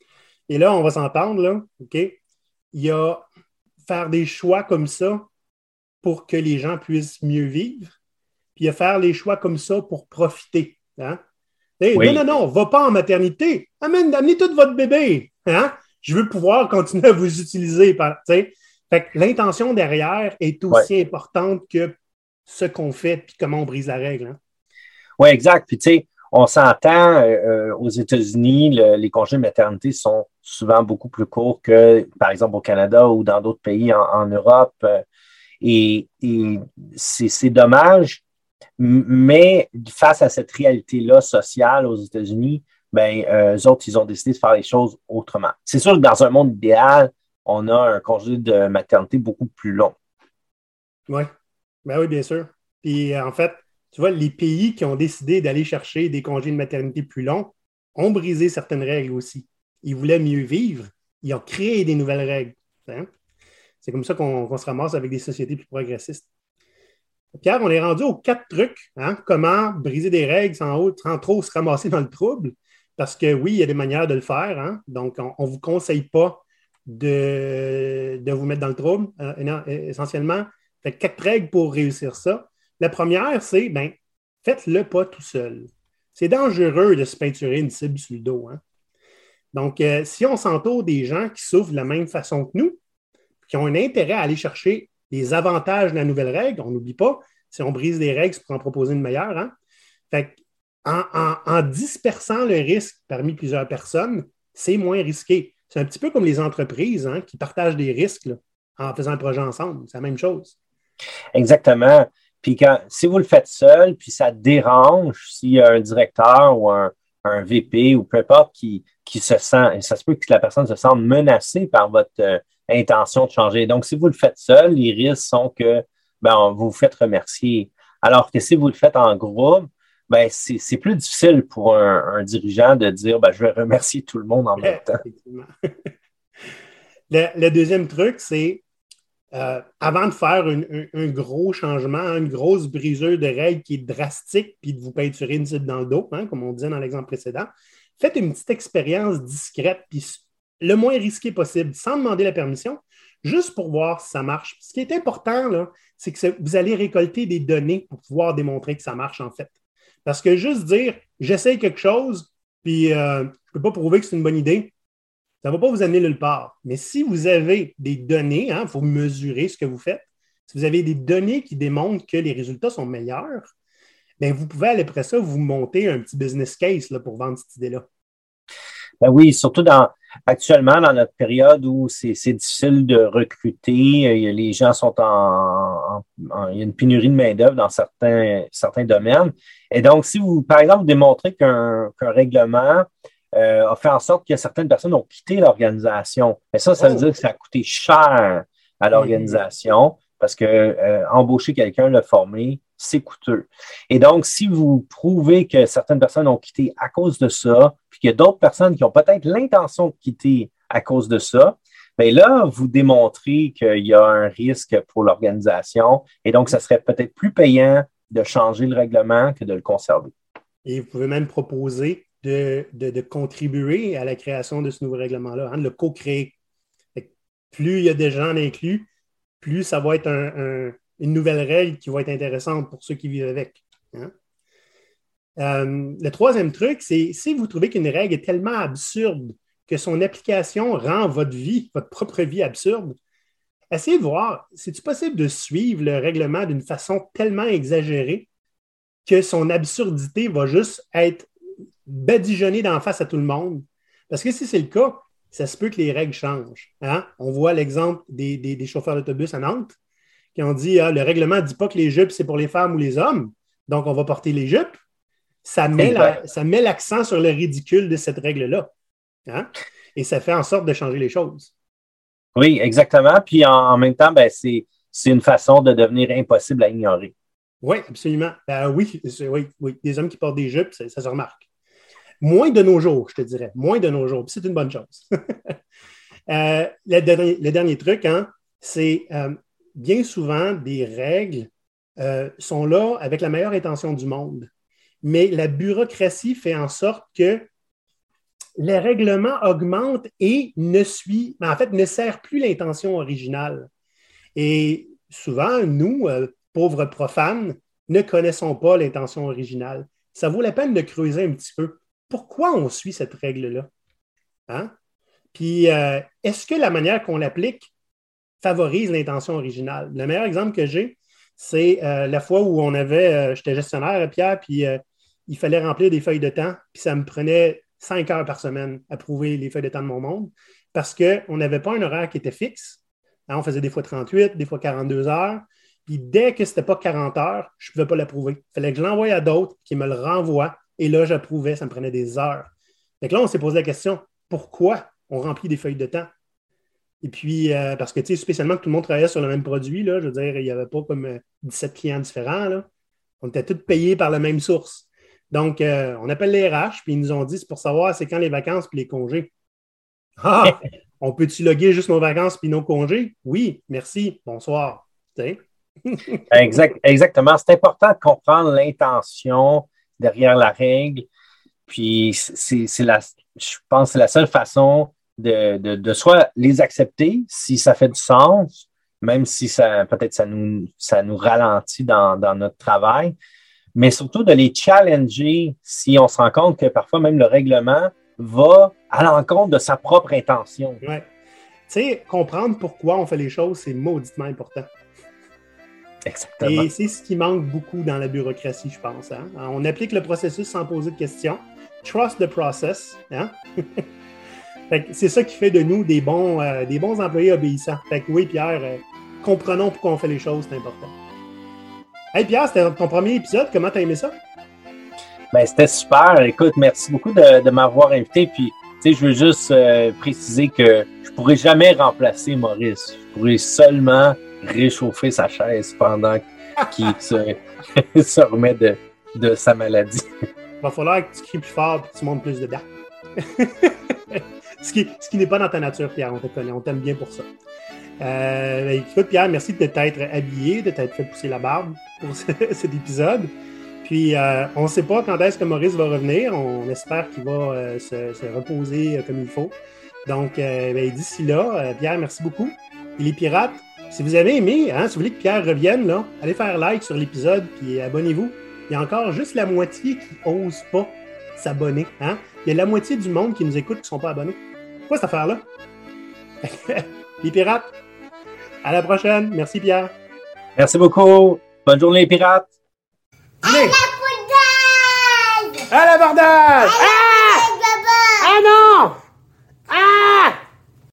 Speaker 1: Et là, on va s'entendre, là, OK? Il y a faire des choix comme ça pour que les gens puissent mieux vivre, puis il y a faire les choix comme ça pour profiter. Hein? Hey,
Speaker 3: Oui.
Speaker 1: Non, non, non, va pas en maternité. Amène, amenez tout votre bébé. Hein? Je veux pouvoir continuer à vous utiliser. Par, fait que l'intention derrière est aussi
Speaker 3: Ouais.
Speaker 1: importante que ce qu'on fait puis comment on brise la règle. Hein?
Speaker 3: Oui, exact. Puis, tu sais, on s'entend, euh, aux États-Unis, le- les congés de maternité sont souvent beaucoup plus courts que, par exemple, au Canada ou dans d'autres pays en, en Europe. euh, et et c'est c'est dommage, m- mais face à cette réalité-là sociale aux États-Unis, ben, euh, eux autres, ils ont décidé de faire les choses autrement. C'est sûr que dans un monde idéal, on a un congé de maternité beaucoup plus long.
Speaker 1: Oui, ben oui, bien sûr. Puis euh, en fait, tu vois, les pays qui ont décidé d'aller chercher des congés de maternité plus longs ont brisé certaines règles aussi. Ils voulaient mieux vivre, ils ont créé des nouvelles règles. Hein? C'est comme ça qu'on qu'on se ramasse avec des sociétés plus progressistes. Pierre, on est rendu aux quatre trucs. Hein? Comment briser des règles sans, sans trop se ramasser dans le trouble. Parce que oui, il y a des manières de le faire. Hein? Donc, on ne vous conseille pas de, de vous mettre dans le trouble, euh, essentiellement. Fait que quatre règles pour réussir ça. La première, c'est, ben, faites-le pas tout seul. C'est dangereux de se peinturer une cible sur le dos. Hein? Donc, euh, si on s'entoure des gens qui souffrent de la même façon que nous, qui ont un intérêt à aller chercher les avantages de la nouvelle règle, on n'oublie pas, si on brise des règles, c'est pour en proposer une meilleure. Hein? Fait en, en, en dispersant le risque parmi plusieurs personnes, c'est moins risqué. C'est un petit peu comme les entreprises hein, qui partagent des risques là, en faisant un projet ensemble. C'est la même chose.
Speaker 3: Exactement. Puis quand, si vous le faites seul, puis ça dérange, s'il y a un directeur ou un, un V P ou peu importe qui, qui se sent, et ça se peut que la personne se sente menacée par votre euh, intention de changer. Donc, si vous le faites seul, les risques sont que ben, vous vous faites remercier. Alors que si vous le faites en groupe, ben, c'est, c'est plus difficile pour un, un dirigeant de dire ben, je vais remercier tout le monde en même temps.
Speaker 1: Effectivement. le, le deuxième truc, c'est Euh, avant de faire un, un, un gros changement, une grosse brisure de règles qui est drastique, puis de vous peinturer une cible dans le dos, hein, comme on disait dans l'exemple précédent, faites une petite expérience discrète, puis le moins risqué possible, sans demander la permission, juste pour voir si ça marche. Ce qui est important, là, c'est que vous allez récolter des données pour pouvoir démontrer que ça marche, en fait. Parce que juste dire, j'essaye quelque chose, puis euh, je ne peux pas prouver que c'est une bonne idée, ça ne va pas vous amener nulle part. Mais si vous avez des données, il hein, faut mesurer ce que vous faites, si vous avez des données qui démontrent que les résultats sont meilleurs, bien, vous pouvez aller après ça vous monter un petit business case là, pour vendre cette idée-là.
Speaker 3: Ben oui, surtout dans actuellement dans notre période où c'est, c'est difficile de recruter, les gens sont en, en, en il y a une pénurie de main-d'œuvre dans certains, certains domaines. Et donc, si vous, par exemple, démontrez qu'un, qu'un règlement Euh, a fait en sorte que certaines personnes ont quitté l'organisation. Mais ça, ça veut
Speaker 1: Oh.
Speaker 3: dire que ça a coûté cher à l'organisation mm-hmm. parce que euh, embaucher quelqu'un, le former, c'est coûteux. Et donc, si vous prouvez que certaines personnes ont quitté à cause de ça, puis qu'il y a d'autres personnes qui ont peut-être l'intention de quitter à cause de ça, bien là, vous démontrez qu'il y a un risque pour l'organisation et donc, ça serait peut-être plus payant de changer le règlement que de le conserver.
Speaker 1: Et vous pouvez même proposer De, de, de contribuer à la création de ce nouveau règlement-là, hein, de le co-créer. Plus il y a des gens inclus, plus ça va être un, un, une nouvelle règle qui va être intéressante pour ceux qui vivent avec. Hein. Euh, le troisième truc, c'est si vous trouvez qu'une règle est tellement absurde que son application rend votre vie, votre propre vie absurde, essayez de voir, c'est-tu possible de suivre le règlement d'une façon tellement exagérée que son absurdité va juste être badigeonner d'en face à tout le monde. Parce que si c'est le cas, ça se peut que les règles changent. Hein? On voit l'exemple des, des, des chauffeurs d'autobus à Nantes qui ont dit ah, le règlement ne dit pas que les jupes, c'est pour les femmes ou les hommes, donc on va porter les jupes. Ça met, la, ça met l'accent sur le ridicule de cette règle-là. Hein? Et ça fait en sorte de changer les choses.
Speaker 3: Oui, exactement. Puis en, en même temps, ben, c'est, c'est une façon de devenir impossible à ignorer.
Speaker 1: Oui, absolument. Ben, oui, oui, oui, des hommes qui portent des jupes, ça, ça se remarque. Moins de nos jours, je te dirais. Moins de nos jours. Puis c'est une bonne chose. euh, le, dernier, le dernier truc, hein, c'est euh, bien souvent des règles euh, sont là avec la meilleure intention du monde. Mais la bureaucratie fait en sorte que le règlement augmente et ne suit, mais en fait, ne sert plus l'intention originale. Et souvent, nous, euh, pauvres profanes, ne connaissons pas l'intention originale. Ça vaut la peine de creuser un petit peu. Pourquoi on suit cette règle-là? Hein? Puis, euh, est-ce que la manière qu'on l'applique favorise l'intention originale? Le meilleur exemple que j'ai, c'est euh, la fois où on avait, euh, j'étais gestionnaire, Pierre, puis euh, il fallait remplir des feuilles de temps, puis ça me prenait cinq heures par semaine à prouver les feuilles de temps de mon monde parce qu'on n'avait pas un horaire qui était fixe. Hein, on faisait des fois trente-huit, des fois quarante-deux heures. Puis dès que ce n'était pas quarante heures, je ne pouvais pas l'approuver. Il fallait que je l'envoie à d'autres qui me le renvoient. Et là, j'approuvais. Ça me prenait des heures. Donc là, on s'est posé la question, pourquoi on remplit des feuilles de temps? Et puis, euh, parce que, tu sais, spécialement que tout le monde travaillait sur le même produit, là, je veux dire, il n'y avait pas comme euh, dix-sept clients différents. Là. On était tous payés par la même source. Donc, euh, on appelle les R H, puis ils nous ont dit, c'est pour savoir c'est quand les vacances puis les congés. Ah! On peut-tu loguer juste nos vacances puis nos congés? Oui, merci, bonsoir.
Speaker 3: exact, exactement. C'est important de comprendre l'intention derrière la règle. Puis, c'est, c'est la, je pense que c'est la seule façon de, de, de soit les accepter si ça fait du sens, même si ça peut-être ça nous, ça nous ralentit dans, dans notre travail, mais surtout de les challenger si on se rend compte que parfois même le règlement va à l'encontre de sa propre intention.
Speaker 1: Oui. Tu sais, comprendre pourquoi on fait les choses, c'est mauditement important.
Speaker 3: Exactement.
Speaker 1: Et c'est ce qui manque beaucoup dans la bureaucratie, je pense. Hein? On applique le processus sans poser de questions. Trust the process. Hein? Fait que c'est ça qui fait de nous des bons, euh, des bons employés obéissants. Fait que oui, Pierre, euh, comprenons pourquoi on fait les choses, c'est important. Hey Pierre, c'était ton premier épisode. Comment t'as aimé ça?
Speaker 3: Ben, c'était super. Écoute, merci beaucoup de, de m'avoir invité. Puis, tu sais, je veux juste euh, préciser que je pourrais jamais remplacer Maurice. Je pourrais seulement réchauffer sa chaise pendant qu'il se, se remet de, de sa maladie.
Speaker 1: Il va falloir que tu cries plus fort et que tu montes plus dedans. ce qui, ce qui n'est pas dans ta nature, Pierre, on te connaît, on t'aime bien pour ça. Euh, écoute, Pierre, merci de t'être habillé, de t'être fait pousser la barbe pour ce, cet épisode. Puis, euh, on ne sait pas quand est-ce que Maurice va revenir. On espère qu'il va euh, se, se reposer euh, comme il faut. Donc, euh, ben, d'ici là, euh, Pierre, merci beaucoup. Et les pirates, si vous avez aimé, hein, si vous voulez que Pierre revienne, là, allez faire like sur l'épisode puis abonnez-vous. Il y a encore juste la moitié qui n'ose pas s'abonner. Hein? Il y a la moitié du monde qui nous écoute qui ne sont pas abonnés. Quoi cette affaire-là? Les pirates, à la prochaine. Merci Pierre.
Speaker 3: Merci beaucoup. Bonne journée les pirates.
Speaker 2: À l'abordage!
Speaker 1: À l'abordage! Ah!